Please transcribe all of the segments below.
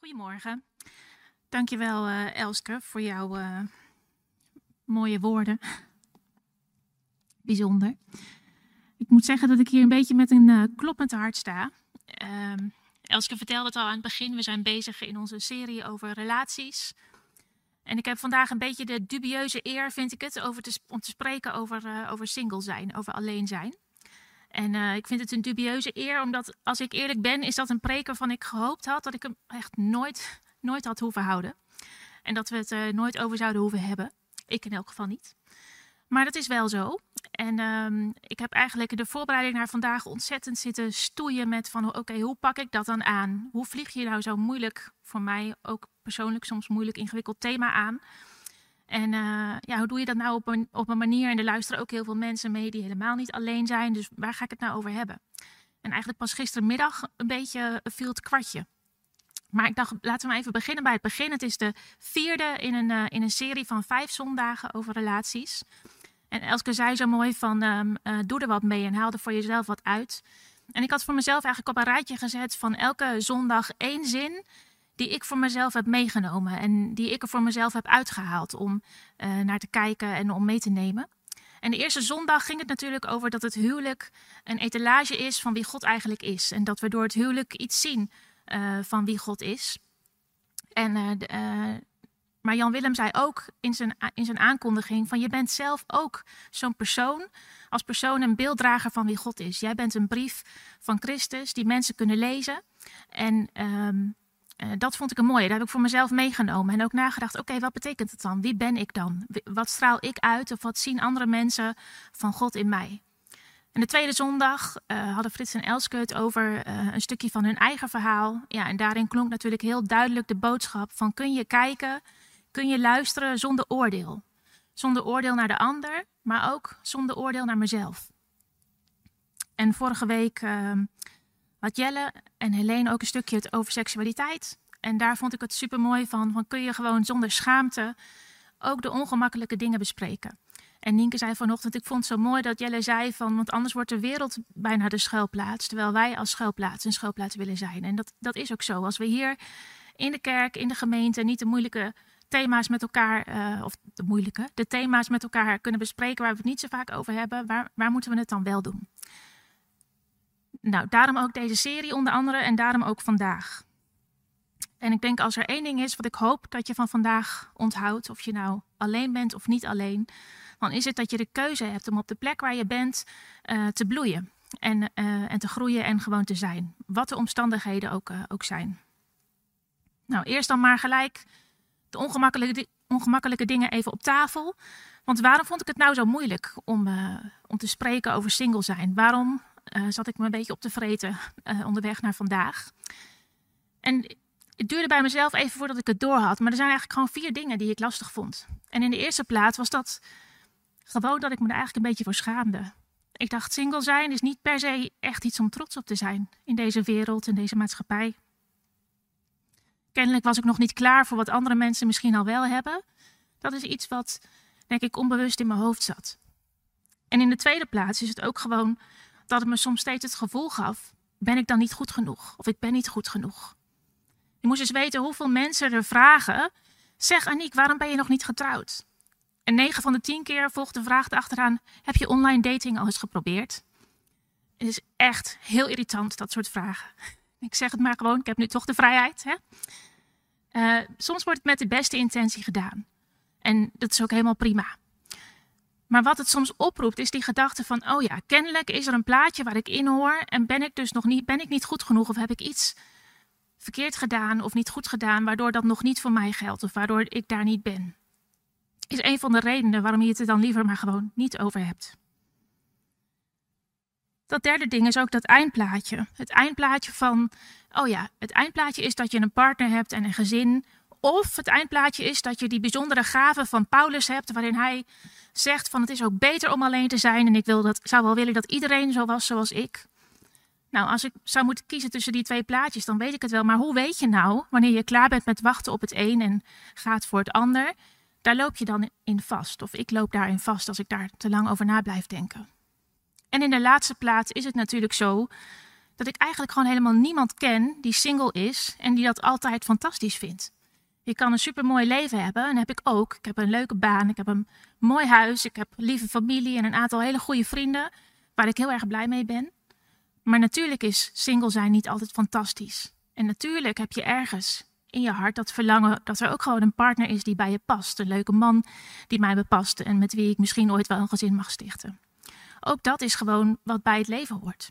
Goedemorgen. Dankjewel Elske voor jouw mooie woorden. Bijzonder. Ik moet zeggen dat ik hier een beetje met een kloppend hart sta. Elske vertelde het al aan het begin. We zijn bezig in onze serie over relaties. En ik heb vandaag een beetje de dubieuze eer, vind ik het, om te spreken over single zijn, over alleen zijn. En ik vind het een dubieuze eer, omdat als ik eerlijk ben, is dat een preek waarvan ik gehoopt had dat ik hem echt nooit had hoeven houden. En dat we het er nooit over zouden hoeven hebben. Ik in elk geval niet. Maar dat is wel zo. En ik heb eigenlijk in de voorbereiding naar vandaag ontzettend zitten stoeien met van oké, hoe pak ik dat dan aan? Hoe vlieg je nou zo moeilijk, voor mij ook persoonlijk soms moeilijk ingewikkeld thema aan? En hoe doe je dat nou op een manier? En er luisteren ook heel veel mensen mee die helemaal niet alleen zijn. Dus waar ga ik het nou over hebben? En eigenlijk pas gistermiddag een beetje viel het kwartje. Maar ik dacht, laten we maar even beginnen bij het begin. Het is de 4e in een serie van 5 zondagen over relaties. En Elske zei zo mooi van, doe er wat mee en haal er voor jezelf wat uit. En ik had voor mezelf eigenlijk op een rijtje gezet van elke zondag 1 zin die ik voor mezelf heb meegenomen en die ik er voor mezelf heb uitgehaald om naar te kijken en om mee te nemen. En de eerste zondag ging het natuurlijk over dat het huwelijk een etalage is van wie God eigenlijk is. En dat we door het huwelijk iets zien van wie God is. Maar Jan Willem zei ook in zijn aankondiging van je bent zelf ook zo'n persoon, als persoon een beelddrager van wie God is. Jij bent een brief van Christus die mensen kunnen lezen. En dat vond ik een mooie. Dat heb ik voor mezelf meegenomen. En ook nagedacht, oké, wat betekent het dan? Wie ben ik dan? Wat straal ik uit? Of wat zien andere mensen van God in mij? En de tweede zondag hadden Frits en Elske het over een stukje van hun eigen verhaal. Ja, en daarin klonk natuurlijk heel duidelijk de boodschap van kun je kijken, kun je luisteren zonder oordeel. Zonder oordeel naar de ander, maar ook zonder oordeel naar mezelf. En vorige week had Jelle en Helene ook een stukje het over seksualiteit. En daar vond ik het supermooi van kun je gewoon zonder schaamte ook de ongemakkelijke dingen bespreken. En Nienke zei vanochtend, ik vond het zo mooi dat Jelle zei van, want anders wordt de wereld bijna de schuilplaats, terwijl wij als schuilplaats een schuilplaats willen zijn. En dat is ook zo. Als we hier in de kerk, in de gemeente, niet de moeilijke thema's met elkaar, de thema's met elkaar kunnen bespreken waar we het niet zo vaak over hebben, waar moeten we het dan wel doen? Nou, daarom ook deze serie onder andere en daarom ook vandaag. En ik denk als er één ding is wat ik hoop dat je van vandaag onthoudt, of je nou alleen bent of niet alleen, dan is het dat je de keuze hebt om op de plek waar je bent te bloeien en te groeien en gewoon te zijn. Wat de omstandigheden ook zijn. Nou, eerst dan maar gelijk de ongemakkelijke dingen even op tafel. Want waarom vond ik het nou zo moeilijk om te spreken over single zijn? Waarom zat ik me een beetje op te vreten onderweg naar vandaag? En het duurde bij mezelf even voordat ik het door had. Maar er zijn eigenlijk gewoon 4 dingen die ik lastig vond. En in de eerste plaats was dat gewoon dat ik me er eigenlijk een beetje voor schaamde. Ik dacht, single zijn is niet per se echt iets om trots op te zijn in deze wereld, in deze maatschappij. Kennelijk was ik nog niet klaar voor wat andere mensen misschien al wel hebben. Dat is iets wat, denk ik, onbewust in mijn hoofd zat. En in de tweede plaats is het ook gewoon dat het me soms steeds het gevoel gaf, ben ik dan niet goed genoeg? Of ik ben niet goed genoeg. Je moest eens weten hoeveel mensen er vragen, zeg Aniek, waarom ben je nog niet getrouwd? En 9 van de 10 keer volgt de vraag erachteraan, heb je online dating al eens geprobeerd? Het is echt heel irritant, dat soort vragen. Ik zeg het maar gewoon, ik heb nu toch de vrijheid. Hè? Soms wordt het met de beste intentie gedaan. En dat is ook helemaal prima. Maar wat het soms oproept is die gedachte van, oh ja, kennelijk is er een plaatje waar ik in hoor en ben ik niet goed genoeg of heb ik iets verkeerd gedaan of niet goed gedaan, waardoor dat nog niet voor mij geldt of waardoor ik daar niet ben. Is een van de redenen waarom je het er dan liever maar gewoon niet over hebt. Dat derde ding is ook dat eindplaatje. Het eindplaatje van, het eindplaatje is dat je een partner hebt en een gezin. Of het eindplaatje is dat je die bijzondere gave van Paulus hebt, waarin hij zegt van het is ook beter om alleen te zijn. En ik zou wel willen dat iedereen zo was zoals ik. Nou, als ik zou moeten kiezen tussen die 2 plaatjes, dan weet ik het wel. Maar hoe weet je nou, wanneer je klaar bent met wachten op het een en gaat voor het ander? Daar loop je dan in vast. Of ik loop daarin vast als ik daar te lang over na blijf denken. En in de laatste plaats is het natuurlijk zo dat ik eigenlijk gewoon helemaal niemand ken die single is en die dat altijd fantastisch vindt. Je kan een supermooi leven hebben en heb ik ook. Ik heb een leuke baan, ik heb een mooi huis, ik heb lieve familie en een aantal hele goede vrienden waar ik heel erg blij mee ben. Maar natuurlijk is single zijn niet altijd fantastisch. En natuurlijk heb je ergens in je hart dat verlangen dat er ook gewoon een partner is die bij je past. Een leuke man die mij bepast en met wie ik misschien ooit wel een gezin mag stichten. Ook dat is gewoon wat bij het leven hoort.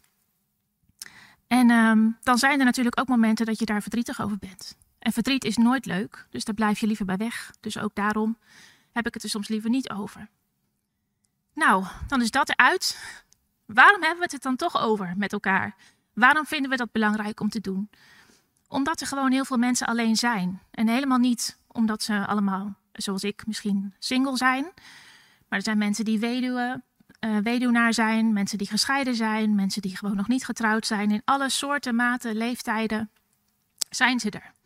En dan zijn er natuurlijk ook momenten dat je daar verdrietig over bent. En verdriet is nooit leuk, dus daar blijf je liever bij weg. Dus ook daarom heb ik het er soms liever niet over. Nou, dan is dat eruit. Waarom hebben we het dan toch over met elkaar? Waarom vinden we dat belangrijk om te doen? Omdat er gewoon heel veel mensen alleen zijn. En helemaal niet omdat ze allemaal, zoals ik, misschien single zijn. Maar er zijn mensen die weduwnaar zijn, mensen die gescheiden zijn, mensen die gewoon nog niet getrouwd zijn. In alle soorten, maten, leeftijden zijn ze er.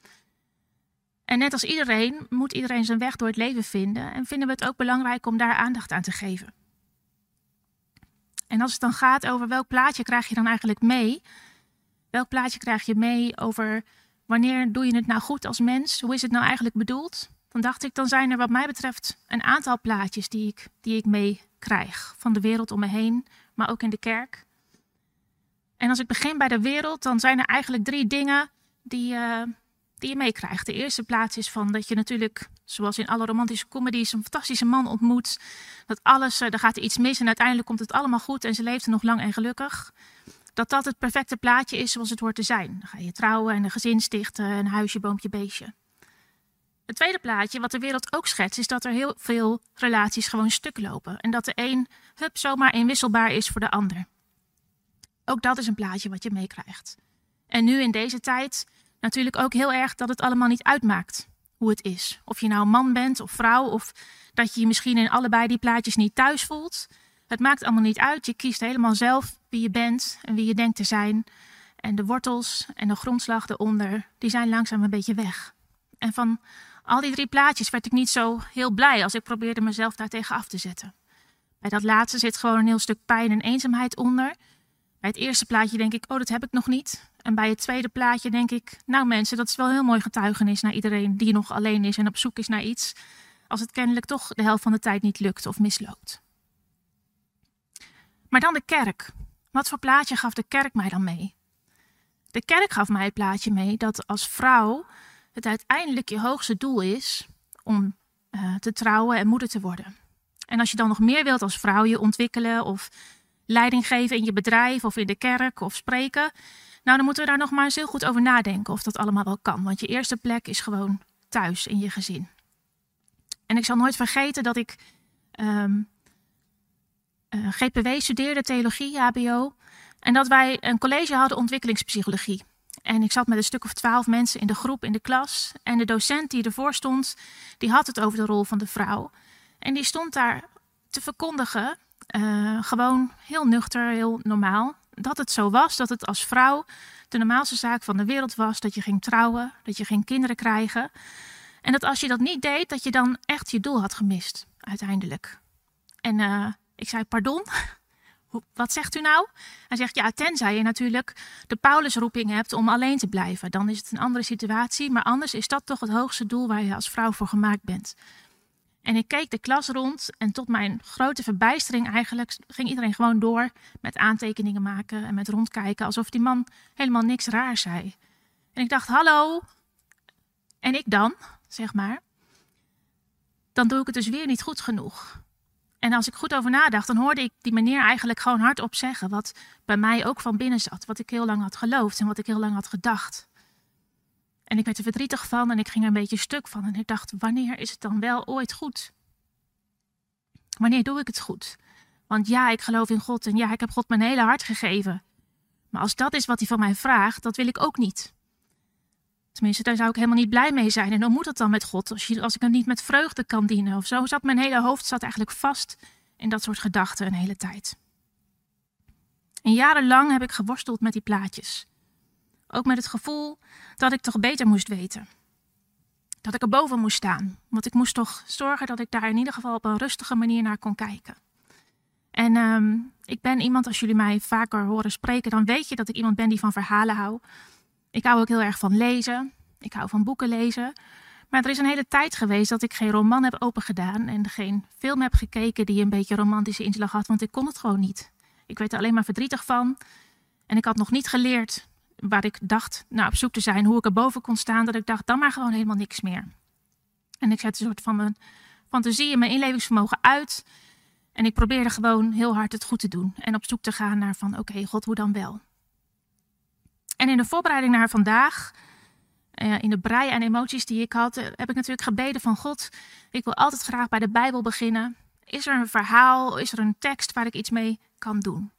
En net als iedereen moet iedereen zijn weg door het leven vinden. En vinden we het ook belangrijk om daar aandacht aan te geven. En als het dan gaat over welk plaatje krijg je dan eigenlijk mee? Welk plaatje krijg je mee over wanneer doe je het nou goed als mens? Hoe is het nou eigenlijk bedoeld? Dan dacht ik, dan zijn er wat mij betreft een aantal plaatjes die ik meekrijg. Van de wereld om me heen, maar ook in de kerk. En als ik begin bij de wereld, dan zijn er eigenlijk 3 dingen die je meekrijgt. De eerste plaats is van dat je natuurlijk, zoals in alle romantische comedies, een fantastische man ontmoet. Dat alles, er gaat iets mis en uiteindelijk komt het allemaal goed en ze leeft er nog lang en gelukkig. Dat het perfecte plaatje is zoals het hoort te zijn. Dan ga je trouwen en een gezin stichten, een huisje, boompje, beestje. Het tweede plaatje, wat de wereld ook schetst, is dat er heel veel relaties gewoon stuk lopen. En dat de een zomaar inwisselbaar is voor de ander. Ook dat is een plaatje wat je meekrijgt. En nu in deze tijd natuurlijk ook heel erg dat het allemaal niet uitmaakt hoe het is. Of je nou man bent of vrouw, of dat je je misschien in allebei die plaatjes niet thuis voelt. Het maakt allemaal niet uit. Je kiest helemaal zelf wie je bent en wie je denkt te zijn. En de wortels en de grondslag eronder, die zijn langzaam een beetje weg. En van al die 3 plaatjes werd ik niet zo heel blij als ik probeerde mezelf daartegen af te zetten. Bij dat laatste zit gewoon een heel stuk pijn en eenzaamheid onder. Bij het eerste plaatje denk ik, oh, dat heb ik nog niet. En bij het tweede plaatje denk ik, nou mensen, dat is wel een heel mooi getuigenis naar iedereen die nog alleen is en op zoek is naar iets. Als het kennelijk toch de helft van de tijd niet lukt of misloopt. Maar dan de kerk. Wat voor plaatje gaf de kerk mij dan mee? De kerk gaf mij het plaatje mee dat als vrouw het uiteindelijk je hoogste doel is om te trouwen en moeder te worden. En als je dan nog meer wilt als vrouw, je ontwikkelen of leiding geven in je bedrijf of in de kerk of spreken, nou dan moeten we daar nog maar eens heel goed over nadenken of dat allemaal wel kan. Want je eerste plek is gewoon thuis in je gezin. En ik zal nooit vergeten dat ik GPW studeerde, theologie, HBO. En dat wij een college hadden ontwikkelingspsychologie. En ik zat met een stuk of 12 mensen in de groep, in de klas. En de docent die ervoor stond, die had het over de rol van de vrouw. En die stond daar te verkondigen, gewoon heel nuchter, heel normaal. Dat het zo was, dat het als vrouw de normaalste zaak van de wereld was. Dat je ging trouwen, dat je ging kinderen krijgen. En dat als je dat niet deed, dat je dan echt je doel had gemist, uiteindelijk. En ik zei, pardon? Wat zegt u nou? Hij zegt, ja, tenzij je natuurlijk de Paulusroeping hebt om alleen te blijven. Dan is het een andere situatie, maar anders is dat toch het hoogste doel waar je als vrouw voor gemaakt bent. En ik keek de klas rond en tot mijn grote verbijstering eigenlijk ging iedereen gewoon door met aantekeningen maken en met rondkijken, alsof die man helemaal niks raars zei. En ik dacht, hallo, en ik dan, zeg maar, dan doe ik het dus weer niet goed genoeg. En als ik goed over nadacht, dan hoorde ik die meneer eigenlijk gewoon hardop zeggen wat bij mij ook van binnen zat. Wat ik heel lang had geloofd en wat ik heel lang had gedacht. En ik werd er verdrietig van en ik ging er een beetje stuk van. En ik dacht, wanneer is het dan wel ooit goed? Wanneer doe ik het goed? Want ja, ik geloof in God en ja, ik heb God mijn hele hart gegeven. Maar als dat is wat hij van mij vraagt, dat wil ik ook niet. Tenminste, daar zou ik helemaal niet blij mee zijn. En hoe moet het dan met God als ik hem niet met vreugde kan dienen? Of zo zat mijn hele hoofd eigenlijk vast in dat soort gedachten een hele tijd. En jarenlang heb ik geworsteld met die plaatjes. Ook met het gevoel dat ik toch beter moest weten. Dat ik erboven moest staan. Want ik moest toch zorgen dat ik daar in ieder geval op een rustige manier naar kon kijken. En ik ben iemand, als jullie mij vaker horen spreken, dan weet je dat ik iemand ben die van verhalen hou. Ik hou ook heel erg van lezen. Ik hou van boeken lezen. Maar er is een hele tijd geweest dat ik geen roman heb opengedaan en geen film heb gekeken die een beetje romantische inslag had, want ik kon het gewoon niet. Ik werd er alleen maar verdrietig van. En ik had nog niet geleerd waar ik dacht op zoek te zijn, hoe ik erboven kon staan, dat ik dacht, dan maar gewoon helemaal niks meer. En ik zette een soort van mijn fantasie en mijn inlevingsvermogen uit. En ik probeerde gewoon heel hard het goed te doen. En op zoek te gaan naar van, oké, God, hoe dan wel? En in de voorbereiding naar vandaag, in de brei en emoties die ik had, heb ik natuurlijk gebeden van God. Ik wil altijd graag bij de Bijbel beginnen. Is er een verhaal, is er een tekst waar ik iets mee kan doen?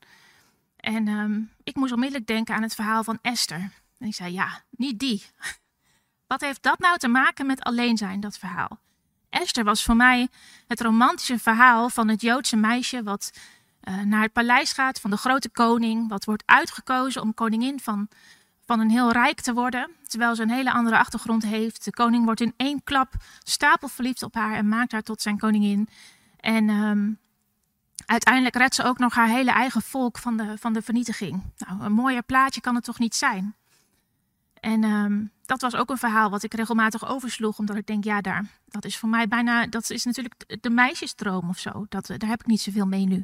En ik moest onmiddellijk denken aan het verhaal van Esther. En ik zei, ja, niet die. Wat heeft dat nou te maken met alleen zijn, dat verhaal? Esther was voor mij het romantische verhaal van het Joodse meisje wat naar het paleis gaat van de grote koning. Wat wordt uitgekozen om koningin van een heel rijk te worden. Terwijl ze een hele andere achtergrond heeft. De koning wordt in één klap stapelverliefd op haar en maakt haar tot zijn koningin. En uiteindelijk redt ze ook nog haar hele eigen volk van de vernietiging. Nou, een mooier plaatje kan het toch niet zijn? En dat was ook een verhaal wat ik regelmatig oversloeg, omdat ik denk, ja, dat is voor mij bijna, dat is natuurlijk de meisjesdroom of zo. Daar heb ik niet zoveel mee nu.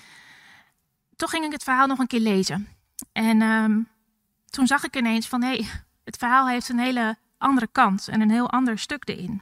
Toch ging ik het verhaal nog een keer lezen. En toen zag ik ineens van, hé, het verhaal heeft een hele andere kant en een heel ander stuk erin.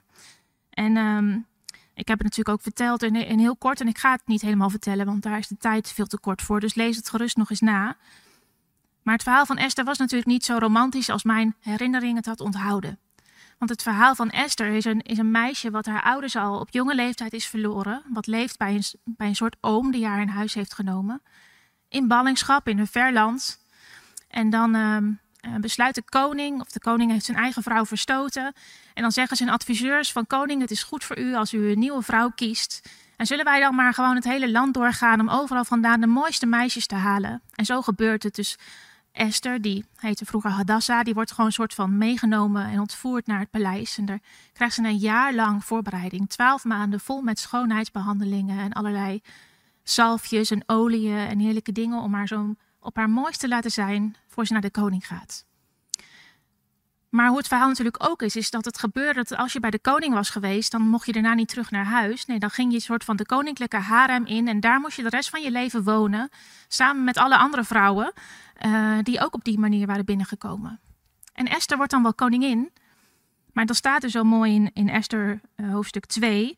En ik heb het natuurlijk ook verteld in heel kort, en ik ga het niet helemaal vertellen, want daar is de tijd veel te kort voor. Dus lees het gerust nog eens na. Maar het verhaal van Esther was natuurlijk niet zo romantisch als mijn herinnering het had onthouden. Want het verhaal van Esther is een meisje wat haar ouders al op jonge leeftijd is verloren. Wat leeft bij een soort oom die haar in huis heeft genomen. In ballingschap, in een ver land. En dan besluit de koning, of de koning heeft zijn eigen vrouw verstoten. En dan zeggen zijn adviseurs van, koning, het is goed voor u als u een nieuwe vrouw kiest. En zullen wij dan maar gewoon het hele land doorgaan om overal vandaan de mooiste meisjes te halen. En zo gebeurt het. Dus Esther, die heette vroeger Hadassah, die wordt gewoon een soort van meegenomen en ontvoerd naar het paleis. En daar krijgt ze een jaar lang voorbereiding. 12 maanden vol met schoonheidsbehandelingen en allerlei zalfjes en oliën en heerlijke dingen om haar zo op haar mooist te laten zijn voor ze naar de koning gaat. Maar hoe het verhaal natuurlijk ook is dat het gebeurde dat als je bij de koning was geweest, dan mocht je daarna niet terug naar huis. Nee, dan ging je een soort van de koninklijke harem in en daar moest je de rest van je leven wonen, samen met alle andere vrouwen die ook op die manier waren binnengekomen. En Esther wordt dan wel koningin, maar dan staat er zo mooi in Esther hoofdstuk 2,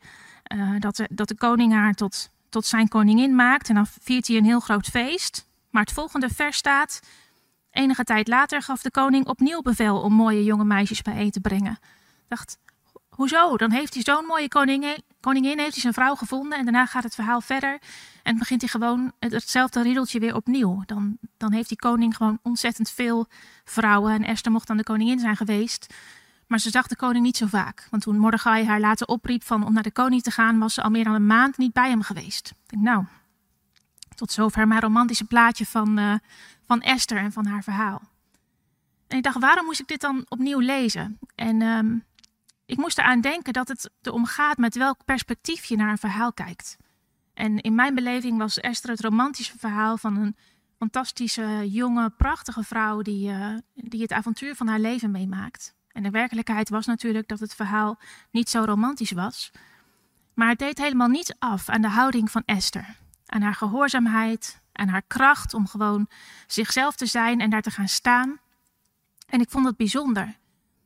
dat de koning haar tot zijn koningin maakt en dan viert hij een heel groot feest. Maar het volgende vers staat, enige tijd later gaf de koning opnieuw bevel om mooie jonge meisjes bijeen te brengen. Ik dacht, hoezo? Dan heeft hij zo'n mooie koningin, heeft hij zijn vrouw gevonden en daarna gaat het verhaal verder en begint hij gewoon hetzelfde riedeltje weer opnieuw. Dan heeft die koning gewoon ontzettend veel vrouwen en Esther mocht dan de koningin zijn geweest. Maar ze zag de koning niet zo vaak. Want toen Mordechai haar later opriep om naar de koning te gaan, was ze al meer dan een maand niet bij hem geweest. Ik denk, nou, tot zover mijn romantische plaatje van Esther en van haar verhaal. En ik dacht, waarom moest ik dit dan opnieuw lezen? En ik moest eraan denken dat het erom gaat met welk perspectief je naar een verhaal kijkt. En in mijn beleving was Esther het romantische verhaal van een fantastische, jonge, prachtige vrouw die het avontuur van haar leven meemaakt. En de werkelijkheid was natuurlijk dat het verhaal niet zo romantisch was. Maar het deed helemaal niets af aan de houding van Esther. Aan haar gehoorzaamheid, aan haar kracht om gewoon zichzelf te zijn en daar te gaan staan. En ik vond het bijzonder.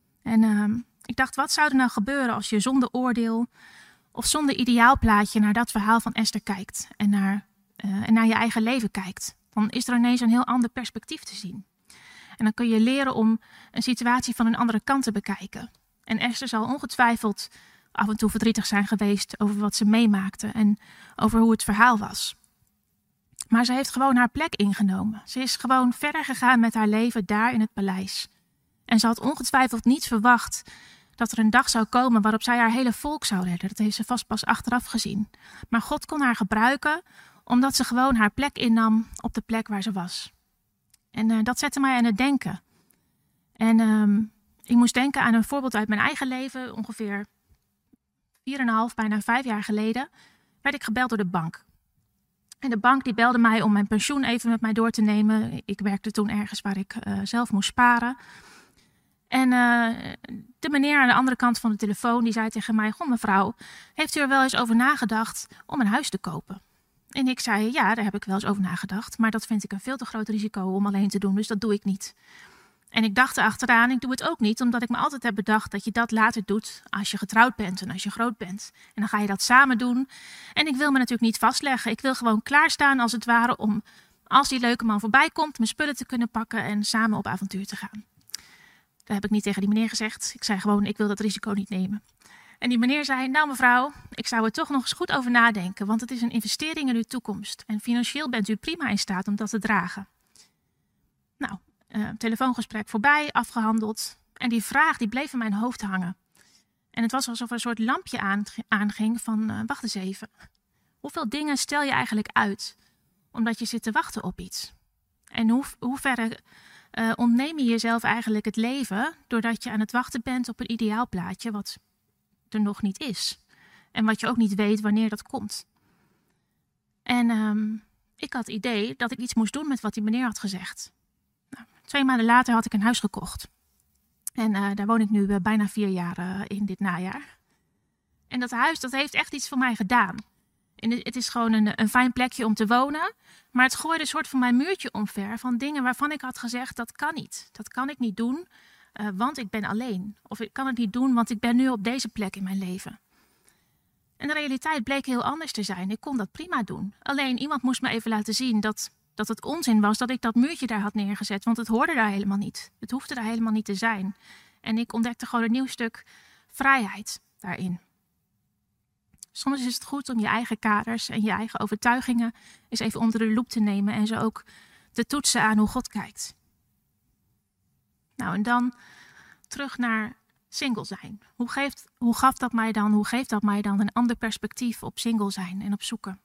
En ik dacht, wat zou er nou gebeuren als je zonder oordeel of zonder ideaalplaatje naar dat verhaal van Esther kijkt en naar je eigen leven kijkt? Dan is er ineens een heel ander perspectief te zien. En dan kun je leren om een situatie van een andere kant te bekijken. En Esther zal ongetwijfeld af en toe verdrietig zijn geweest over wat ze meemaakte en over hoe het verhaal was. Maar ze heeft gewoon haar plek ingenomen. Ze is gewoon verder gegaan met haar leven daar in het paleis. En ze had ongetwijfeld niet verwacht dat er een dag zou komen waarop zij haar hele volk zou redden. Dat heeft ze vast pas achteraf gezien. Maar God kon haar gebruiken omdat ze gewoon haar plek innam op de plek waar ze was. En dat zette mij aan het denken. En ik moest denken aan een voorbeeld uit mijn eigen leven. Ongeveer 4,5, bijna 5 jaar geleden werd ik gebeld door de bank. En de bank die belde mij om mijn pensioen even met mij door te nemen. Ik werkte toen ergens waar ik zelf moest sparen. En de meneer aan de andere kant van de telefoon die zei tegen mij: goh mevrouw, heeft u er wel eens over nagedacht om een huis te kopen? En ik zei: ja, daar heb ik wel eens over nagedacht. Maar dat vind ik een veel te groot risico om alleen te doen, dus dat doe ik niet. En ik dacht erachteraan, ik doe het ook niet, omdat ik me altijd heb bedacht dat je dat later doet als je getrouwd bent en als je groot bent. En dan ga je dat samen doen. En ik wil me natuurlijk niet vastleggen. Ik wil gewoon klaarstaan als het ware om, als die leuke man voorbij komt, mijn spullen te kunnen pakken en samen op avontuur te gaan. Dat heb ik niet tegen die meneer gezegd. Ik zei gewoon, ik wil dat risico niet nemen. En die meneer zei: nou mevrouw, ik zou er toch nog eens goed over nadenken, want het is een investering in uw toekomst. En financieel bent u prima in staat om dat te dragen. Nou, telefoongesprek voorbij, afgehandeld. En die vraag die bleef in mijn hoofd hangen. En het was alsof er een soort lampje aanging van, wacht eens even. Hoeveel dingen stel je eigenlijk uit, omdat je zit te wachten op iets? En hoe verre ontneem je jezelf eigenlijk het leven, doordat je aan het wachten bent op een ideaalplaatje wat er nog niet is. En wat je ook niet weet wanneer dat komt. En ik had het idee dat ik iets moest doen met wat die meneer had gezegd. Nou, 2 maanden later had ik een huis gekocht. En daar woon ik nu bijna 4 jaar in dit najaar. En dat huis, dat heeft echt iets voor mij gedaan. En het is gewoon een fijn plekje om te wonen. Maar het gooide een soort van mijn muurtje omver van dingen waarvan ik had gezegd, dat kan niet. Dat kan ik niet doen, want ik ben alleen. Of ik kan het niet doen, want ik ben nu op deze plek in mijn leven. En de realiteit bleek heel anders te zijn. Ik kon dat prima doen. Alleen iemand moest me even laten zien dat het onzin was dat ik dat muurtje daar had neergezet. Want het hoorde daar helemaal niet. Het hoefde daar helemaal niet te zijn. En ik ontdekte gewoon een nieuw stuk vrijheid daarin. Soms is het goed om je eigen kaders en je eigen overtuigingen eens even onder de loep te nemen en ze ook te toetsen aan hoe God kijkt. Nou, en dan terug naar single zijn. Hoe geeft dat mij dan een ander perspectief op single zijn en op zoeken?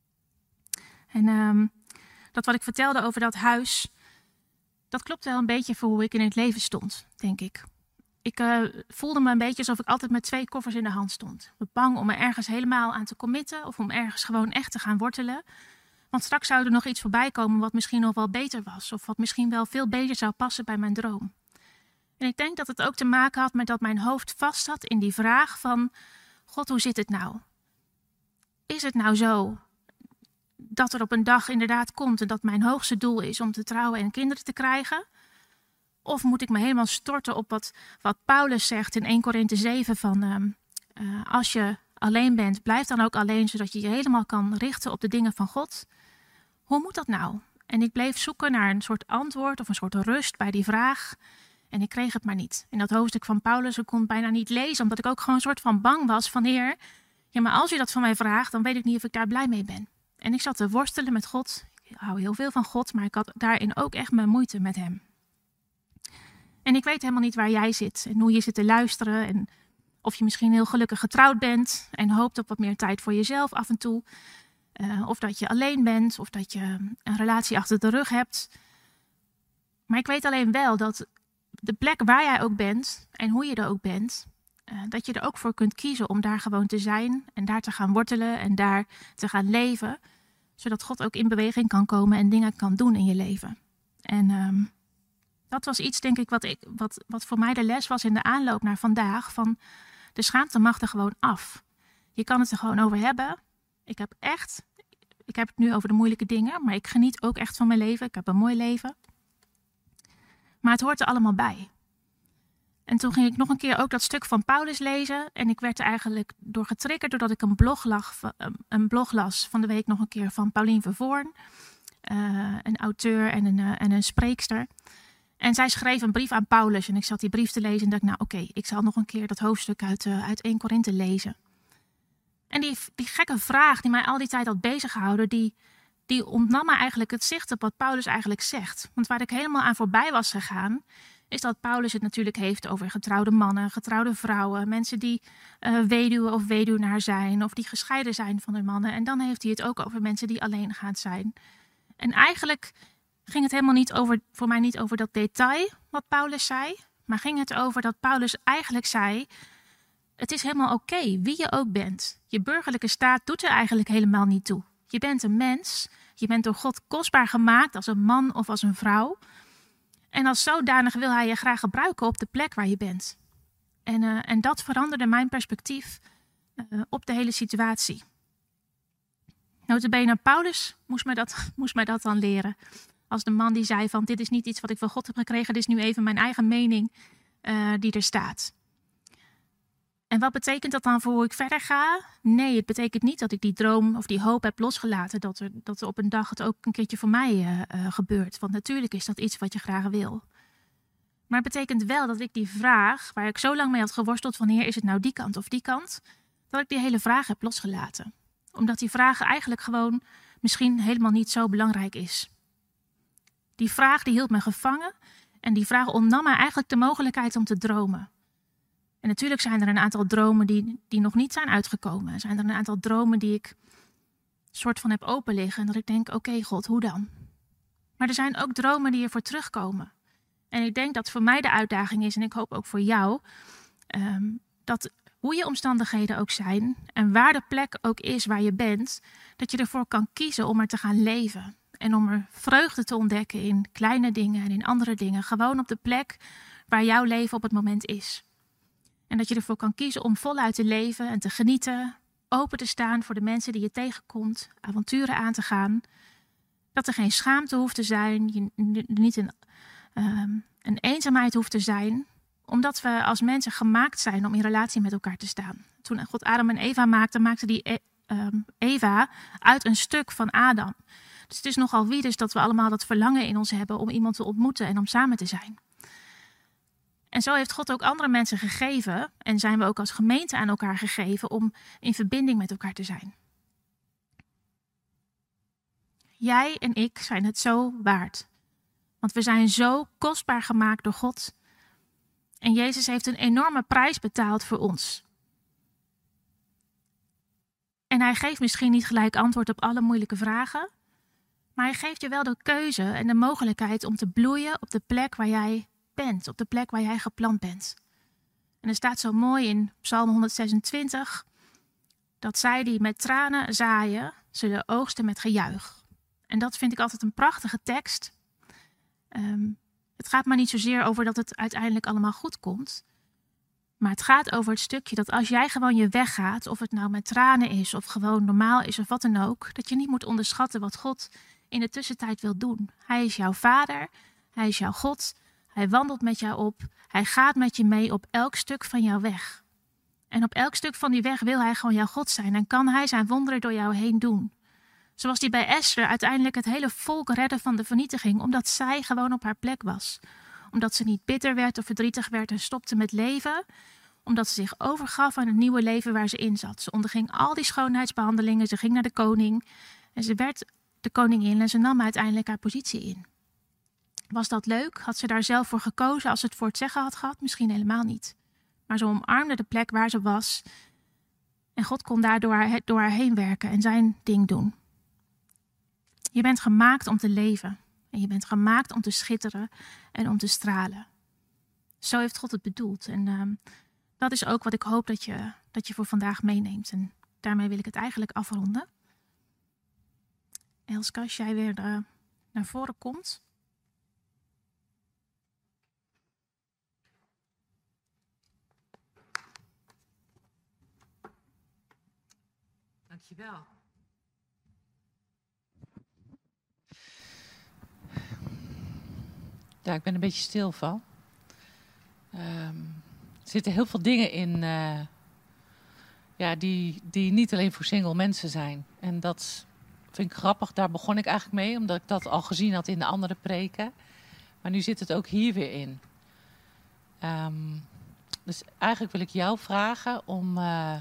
En dat wat ik vertelde over dat huis, dat klopt wel een beetje voor hoe ik in het leven stond, denk ik. Ik voelde me een beetje alsof ik altijd met 2 koffers in de hand stond. Bang om er ergens helemaal aan te committen of om ergens gewoon echt te gaan wortelen. Want straks zou er nog iets voorbij komen wat misschien nog wel beter was. Of wat misschien wel veel beter zou passen bij mijn droom. En ik denk dat het ook te maken had met dat mijn hoofd vast zat in die vraag van: God, hoe zit het nou? Is het nou zo dat er op een dag inderdaad komt en dat mijn hoogste doel is om te trouwen en kinderen te krijgen? Of moet ik me helemaal storten op wat Paulus zegt in 1 Korinthe 7 van als je alleen bent, blijf dan ook alleen, zodat je je helemaal kan richten op de dingen van God. Hoe moet dat nou? En ik bleef zoeken naar een soort antwoord of een soort rust bij die vraag. En ik kreeg het maar niet. In dat hoofdstuk van Paulus, ik kon het bijna niet lezen, omdat ik ook gewoon een soort van bang was van: Heer, ja, maar als u dat van mij vraagt, dan weet ik niet of ik daar blij mee ben. En ik zat te worstelen met God. Ik hou heel veel van God, maar ik had daarin ook echt mijn moeite met hem. En ik weet helemaal niet waar jij zit en hoe je zit te luisteren. En of je misschien heel gelukkig getrouwd bent en hoopt op wat meer tijd voor jezelf af en toe. Of dat je alleen bent of dat je een relatie achter de rug hebt. Maar ik weet alleen wel dat de plek waar jij ook bent en hoe je er ook bent, dat je er ook voor kunt kiezen om daar gewoon te zijn en daar te gaan wortelen en daar te gaan leven. Zodat God ook in beweging kan komen en dingen kan doen in je leven. En dat was iets, denk ik, wat voor mij de les was in de aanloop naar vandaag. Van de schaamte mag er gewoon af. Je kan het er gewoon over hebben. Ik heb het nu over de moeilijke dingen, maar ik geniet ook echt van mijn leven. Ik heb een mooi leven. Maar het hoort er allemaal bij. En toen ging ik nog een keer ook dat stuk van Paulus lezen. En ik werd er eigenlijk door getriggerd doordat ik een blog las van de week nog een keer van Paulien Vervoorn. Een auteur en een spreekster. En zij schreef een brief aan Paulus en ik zat die brief te lezen en dacht, nou oké, ik zal nog een keer dat hoofdstuk uit 1 Korinthe lezen. En die gekke vraag die mij al die tijd had beziggehouden, die ontnam me eigenlijk het zicht op wat Paulus eigenlijk zegt. Want waar ik helemaal aan voorbij was gegaan, is dat Paulus het natuurlijk heeft over getrouwde mannen, getrouwde vrouwen, mensen die weduwe of weduwnaar zijn of die gescheiden zijn van hun mannen. En dan heeft hij het ook over mensen die alleengaand zijn. En eigenlijk ging het helemaal voor mij niet over dat detail wat Paulus zei, maar ging het over dat Paulus eigenlijk zei: het is helemaal oké wie je ook bent. Je burgerlijke staat doet er eigenlijk helemaal niet toe. Je bent een mens. Je bent door God kostbaar gemaakt als een man of als een vrouw. En als zodanig wil hij je graag gebruiken op de plek waar je bent. En dat veranderde mijn perspectief op de hele situatie. Nota bene, Paulus moest mij dat dan leren. Als de man die zei van dit is niet iets wat ik van God heb gekregen. Dit is nu even mijn eigen mening die er staat. En wat betekent dat dan voor hoe ik verder ga? Nee, het betekent niet dat ik die droom of die hoop heb losgelaten. Dat er op een dag het ook een keertje voor mij gebeurt. Want natuurlijk is dat iets wat je graag wil. Maar het betekent wel dat ik die vraag, waar ik zo lang mee had geworsteld, van Heer, is het nou die kant of die kant? Dat ik die hele vraag heb losgelaten. Omdat die vraag eigenlijk gewoon misschien helemaal niet zo belangrijk is. Die vraag die hield me gevangen en die vraag ontnam mij eigenlijk de mogelijkheid om te dromen. En natuurlijk zijn er een aantal dromen die nog niet zijn uitgekomen. Er zijn er een aantal dromen die ik soort van heb open liggen. En dat ik denk, oké, God, hoe dan? Maar er zijn ook dromen die ervoor terugkomen. En ik denk dat voor mij de uitdaging is, en ik hoop ook voor jou, dat hoe je omstandigheden ook zijn en waar de plek ook is waar je bent, dat je ervoor kan kiezen om er te gaan leven. En om er vreugde te ontdekken in kleine dingen en in andere dingen. Gewoon op de plek waar jouw leven op het moment is. En dat je ervoor kan kiezen om voluit te leven en te genieten. Open te staan voor de mensen die je tegenkomt. Avonturen aan te gaan. Dat er geen schaamte hoeft te zijn. Je niet een eenzaamheid hoeft te zijn. Omdat we als mensen gemaakt zijn om in relatie met elkaar te staan. Toen God Adam en Eva maakte, maakte die Eva uit een stuk van Adam. Dus het is nogal wie dus dat we allemaal dat verlangen in ons hebben om iemand te ontmoeten en om samen te zijn. En zo heeft God ook andere mensen gegeven en zijn we ook als gemeente aan elkaar gegeven om in verbinding met elkaar te zijn. Jij en ik zijn het zo waard. Want we zijn zo kostbaar gemaakt door God. En Jezus heeft een enorme prijs betaald voor ons. En hij geeft misschien niet gelijk antwoord op alle moeilijke vragen. Maar hij geeft je wel de keuze en de mogelijkheid om te bloeien op de plek waar jij bent. Op de plek waar jij geplant bent. En er staat zo mooi in Psalm 126. Dat zij die met tranen zaaien, zullen oogsten met gejuich. En dat vind ik altijd een prachtige tekst. Het gaat maar niet zozeer over dat het uiteindelijk allemaal goed komt. Maar het gaat over het stukje dat als jij gewoon je weg gaat, of het nou met tranen is of gewoon normaal is of wat dan ook, dat je niet moet onderschatten wat God in de tussentijd wil doen. Hij is jouw vader, hij is jouw God, hij wandelt met jou op, hij gaat met je mee op elk stuk van jouw weg. En op elk stuk van die weg wil hij gewoon jouw God zijn en kan hij zijn wonderen door jou heen doen. Zoals hij bij Esther uiteindelijk het hele volk redde van de vernietiging, omdat zij gewoon op haar plek was. Omdat ze niet bitter werd of verdrietig werd en stopte met leven. Omdat ze zich overgaf aan het nieuwe leven waar ze in zat. Ze onderging al die schoonheidsbehandelingen, ze ging naar de koning. En ze werd de koningin en ze nam uiteindelijk haar positie in. Was dat leuk? Had ze daar zelf voor gekozen als ze het voor het zeggen had gehad? Misschien helemaal niet. Maar ze omarmde de plek waar ze was. En God kon daar door haar heen werken en zijn ding doen. Je bent gemaakt om te leven. En je bent gemaakt om te schitteren en om te stralen. Zo heeft God het bedoeld. En dat is ook wat ik hoop dat je voor vandaag meeneemt. En daarmee wil ik het eigenlijk afronden. Elske, als jij weer naar voren komt. Dankjewel. Ja, ik ben een beetje stil van. Er zitten heel veel dingen in die niet alleen voor single mensen zijn. En dat vind ik grappig. Daar begon ik eigenlijk mee, omdat ik dat al gezien had in de andere preken. Maar nu zit het ook hier weer in. Dus eigenlijk wil ik jou vragen om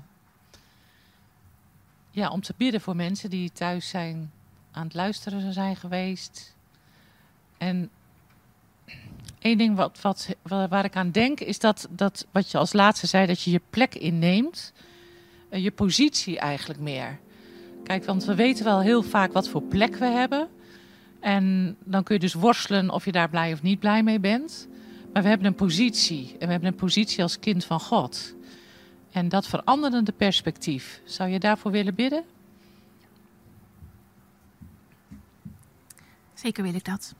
te bidden voor mensen die thuis zijn aan het luisteren zijn geweest. En één ding waar ik aan denk is dat wat je als laatste zei, dat je je plek inneemt. Je positie eigenlijk meer. Kijk, want we weten wel heel vaak wat voor plek we hebben. En dan kun je dus worstelen of je daar blij of niet blij mee bent. Maar we hebben een positie. En we hebben een positie als kind van God. En dat veranderende perspectief. Zou je daarvoor willen bidden? Zeker wil ik dat.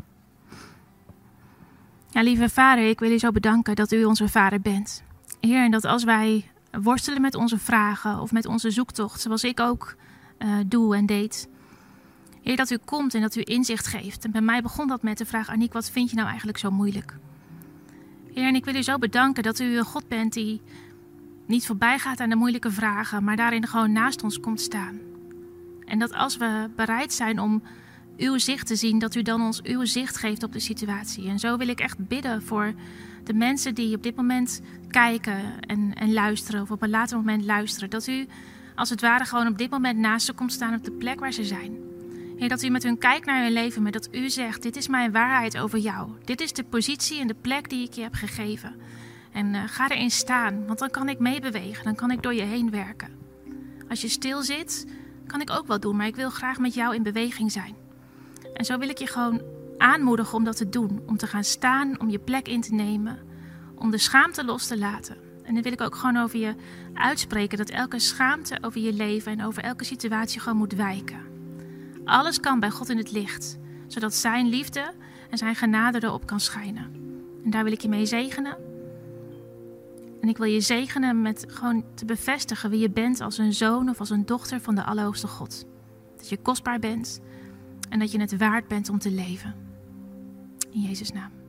Ja, lieve Vader, ik wil u zo bedanken dat u onze Vader bent. Heer, en dat als wij worstelen met onze vragen of met onze zoektocht, zoals ik ook doe en deed. Heer, dat u komt en dat u inzicht geeft. En bij mij begon dat met de vraag, Aniek, wat vind je nou eigenlijk zo moeilijk? Heer, en ik wil u zo bedanken dat u een God bent die niet voorbij gaat aan de moeilijke vragen, maar daarin gewoon naast ons komt staan. En dat als we bereid zijn om uw zicht te zien, dat u dan ons uw zicht geeft op de situatie. En zo wil ik echt bidden voor de mensen die op dit moment kijken en luisteren, of op een later moment luisteren. Dat u als het ware gewoon op dit moment naast ze komt staan op de plek waar ze zijn. Heer, dat u met hun kijkt naar hun leven, maar dat u zegt, dit is mijn waarheid over jou. Dit is de positie en de plek die ik je heb gegeven. En ga erin staan, want dan kan ik meebewegen, dan kan ik door je heen werken. Als je stil zit, kan ik ook wel doen, maar ik wil graag met jou in beweging zijn. En zo wil ik je gewoon aanmoedigen om dat te doen. Om te gaan staan, om je plek in te nemen. Om de schaamte los te laten. En dan wil ik ook gewoon over je uitspreken dat elke schaamte over je leven en over elke situatie gewoon moet wijken. Alles kan bij God in het licht. Zodat zijn liefde en zijn genade erop kan schijnen. En daar wil ik je mee zegenen. En ik wil je zegenen met gewoon te bevestigen wie je bent als een zoon of als een dochter van de Allerhoogste God. Dat je kostbaar bent. En dat je het waard bent om te leven. In Jezus' naam.